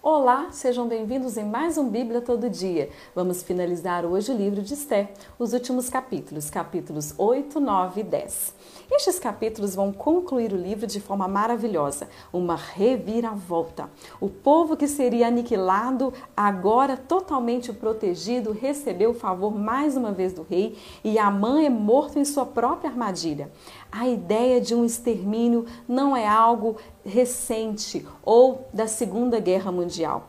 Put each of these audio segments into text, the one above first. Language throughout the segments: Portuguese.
Olá, sejam bem-vindos em mais um Bíblia Todo Dia. Vamos finalizar hoje o livro de Esther, os últimos capítulos 8, 9 e 10. Estes capítulos vão concluir o livro de forma maravilhosa, uma reviravolta. O povo que seria aniquilado, agora totalmente protegido, recebeu o favor mais uma vez do rei e Amã é morto em sua própria armadilha. A ideia de um extermínio não é algo recente ou da Segunda Guerra Mundial.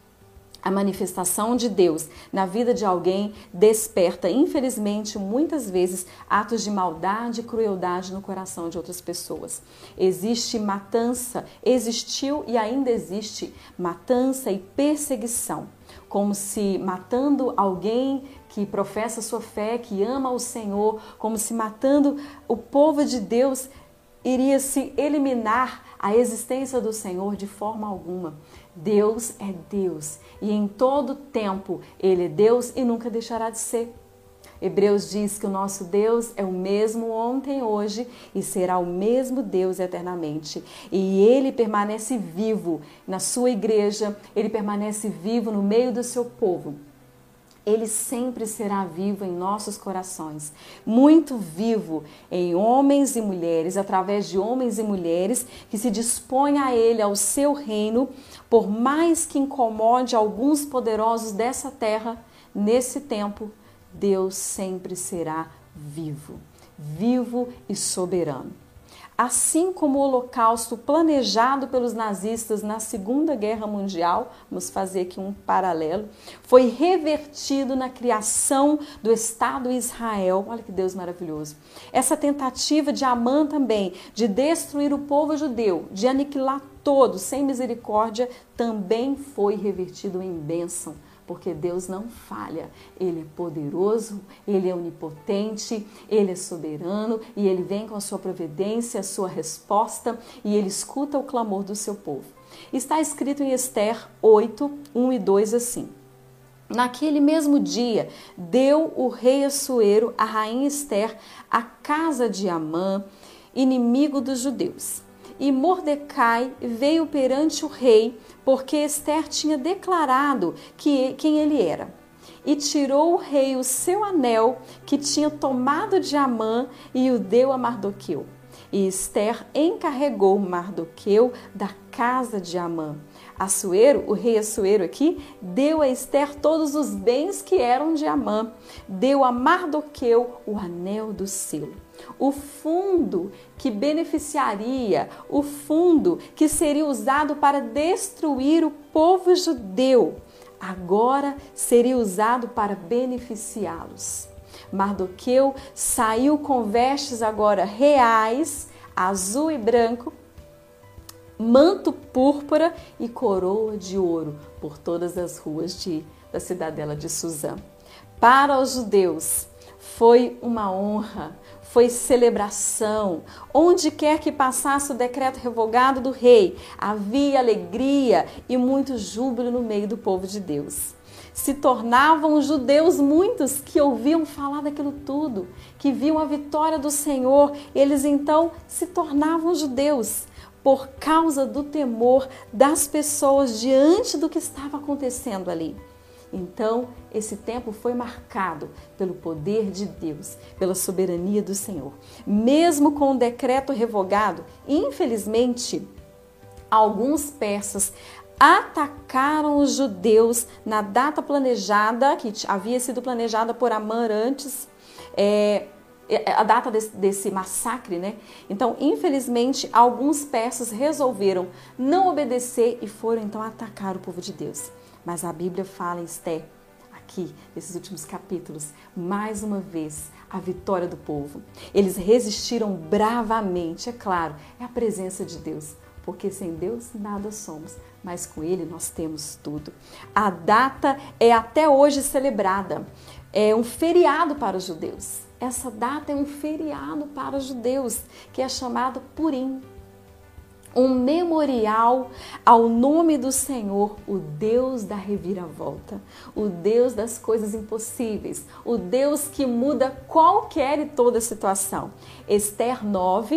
A manifestação de Deus na vida de alguém desperta, infelizmente, muitas vezes, atos de maldade e crueldade no coração de outras pessoas. Existe matança, existiu e ainda existe matança e perseguição, como se matando alguém que professa sua fé, que ama o Senhor, como se matando o povo de Deus iria se eliminar a existência do Senhor de forma alguma. Deus é Deus e em todo tempo Ele é Deus e nunca deixará de ser. Hebreus diz que o nosso Deus é o mesmo ontem, hoje e será o mesmo Deus eternamente. E Ele permanece vivo na sua igreja, Ele permanece vivo no meio do seu povo. Ele sempre será vivo em nossos corações, muito vivo em homens e mulheres, através de homens e mulheres que se dispõem a Ele, ao seu reino, por mais que incomode alguns poderosos dessa terra, nesse tempo, Deus sempre será vivo, vivo e soberano. Assim como o holocausto planejado pelos nazistas na Segunda Guerra Mundial, vamos fazer aqui um paralelo, foi revertido na criação do Estado Israel. Olha que Deus maravilhoso. Essa tentativa de Amã também, de destruir o povo judeu, de aniquilar todos sem misericórdia, também foi revertido em bênção. Porque Deus não falha, Ele é poderoso, Ele é onipotente, Ele é soberano e Ele vem com a sua providência, a sua resposta e Ele escuta o clamor do seu povo. Está escrito em Esther 8, 1 e 2 assim: Naquele mesmo dia, deu o rei Assuero, a rainha Esther, a casa de Amã, inimigo dos judeus. E Mordecai veio perante o rei, porque Esther tinha declarado quem ele era. E tirou o rei o seu anel, que tinha tomado de Amã, e o deu a Mardoqueu. E Esther encarregou Mardoqueu da casa de Amã. Assuero, o rei Assuero aqui, deu a Esther todos os bens que eram de Amã. Deu a Mardoqueu o anel do selo. O fundo que beneficiaria, o fundo que seria usado para destruir o povo judeu, agora seria usado para beneficiá-los. Mardoqueu saiu com vestes agora reais, azul e branco, manto púrpura e coroa de ouro por todas as ruas da cidadela de Suzã. Para os judeus foi uma honra, foi celebração. Onde quer que passasse o decreto revogado do rei, havia alegria e muito júbilo no meio do povo de Deus. Se tornavam judeus muitos que ouviam falar daquilo tudo, que viam a vitória do Senhor, eles então se tornavam judeus por causa do temor das pessoas diante do que estava acontecendo ali. Então, esse tempo foi marcado pelo poder de Deus, pela soberania do Senhor. Mesmo com o decreto revogado, infelizmente, alguns persas atacaram os judeus na data planejada, que havia sido planejada por Amã antes, a data desse massacre, né? Então, infelizmente, alguns persas resolveram não obedecer e foram então atacar o povo de Deus. Mas a Bíblia fala em Esther, aqui, nesses últimos capítulos, mais uma vez, a vitória do povo. Eles resistiram bravamente, é claro, é a presença de Deus, porque sem Deus nada somos, mas com Ele nós temos tudo. A data é até hoje celebrada, é um feriado para os judeus. Essa data é um feriado para os judeus, que é chamado Purim. Um memorial ao nome do Senhor, o Deus da reviravolta, o Deus das coisas impossíveis, o Deus que muda qualquer e toda situação. Esther 9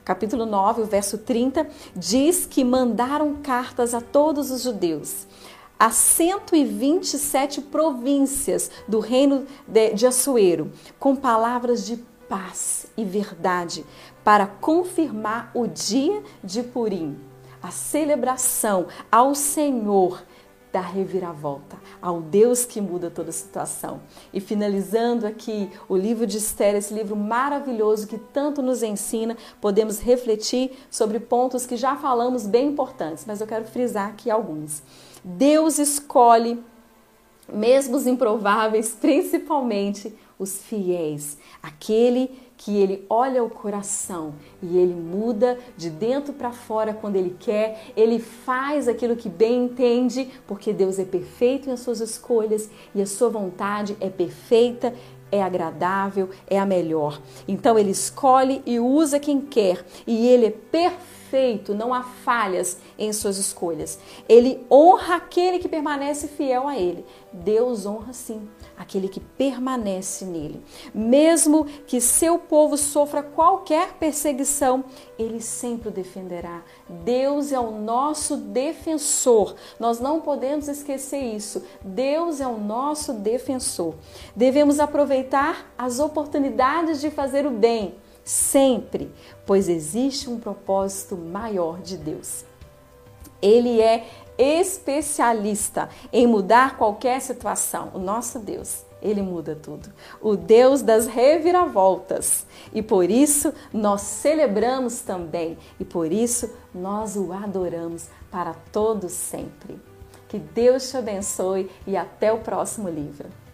capítulo 9, o verso 30, diz que mandaram cartas a todos os judeus, a 127 províncias do reino de Assuero, com palavras de paz e verdade, para confirmar o dia de Purim, a celebração ao Senhor da reviravolta, ao Deus que muda toda a situação. E finalizando aqui o livro de Esther, esse livro maravilhoso que tanto nos ensina, podemos refletir sobre pontos que já falamos bem importantes, mas eu quero frisar aqui alguns. Deus escolhe, mesmo os improváveis, principalmente os fiéis, aquele que ele olha o coração e ele muda de dentro para fora quando ele quer, ele faz aquilo que bem entende, porque Deus é perfeito nas suas escolhas e a sua vontade é perfeita, é agradável, é a melhor. Então ele escolhe e usa quem quer e ele é perfeito, não há falhas em suas escolhas. Ele honra aquele que permanece fiel a ele. Deus honra sim aquele que permanece nele. Mesmo que seu povo sofra qualquer perseguição, ele sempre o defenderá. Deus é o nosso defensor. Nós não podemos esquecer isso. Deus é o nosso defensor. Devemos aproveitar as oportunidades de fazer o bem, sempre, pois existe um propósito maior de Deus. Ele é especialista em mudar qualquer situação. O nosso Deus, ele muda tudo. O Deus das reviravoltas. E por isso nós celebramos também. E por isso nós o adoramos para todo sempre. Que Deus te abençoe e até o próximo livro.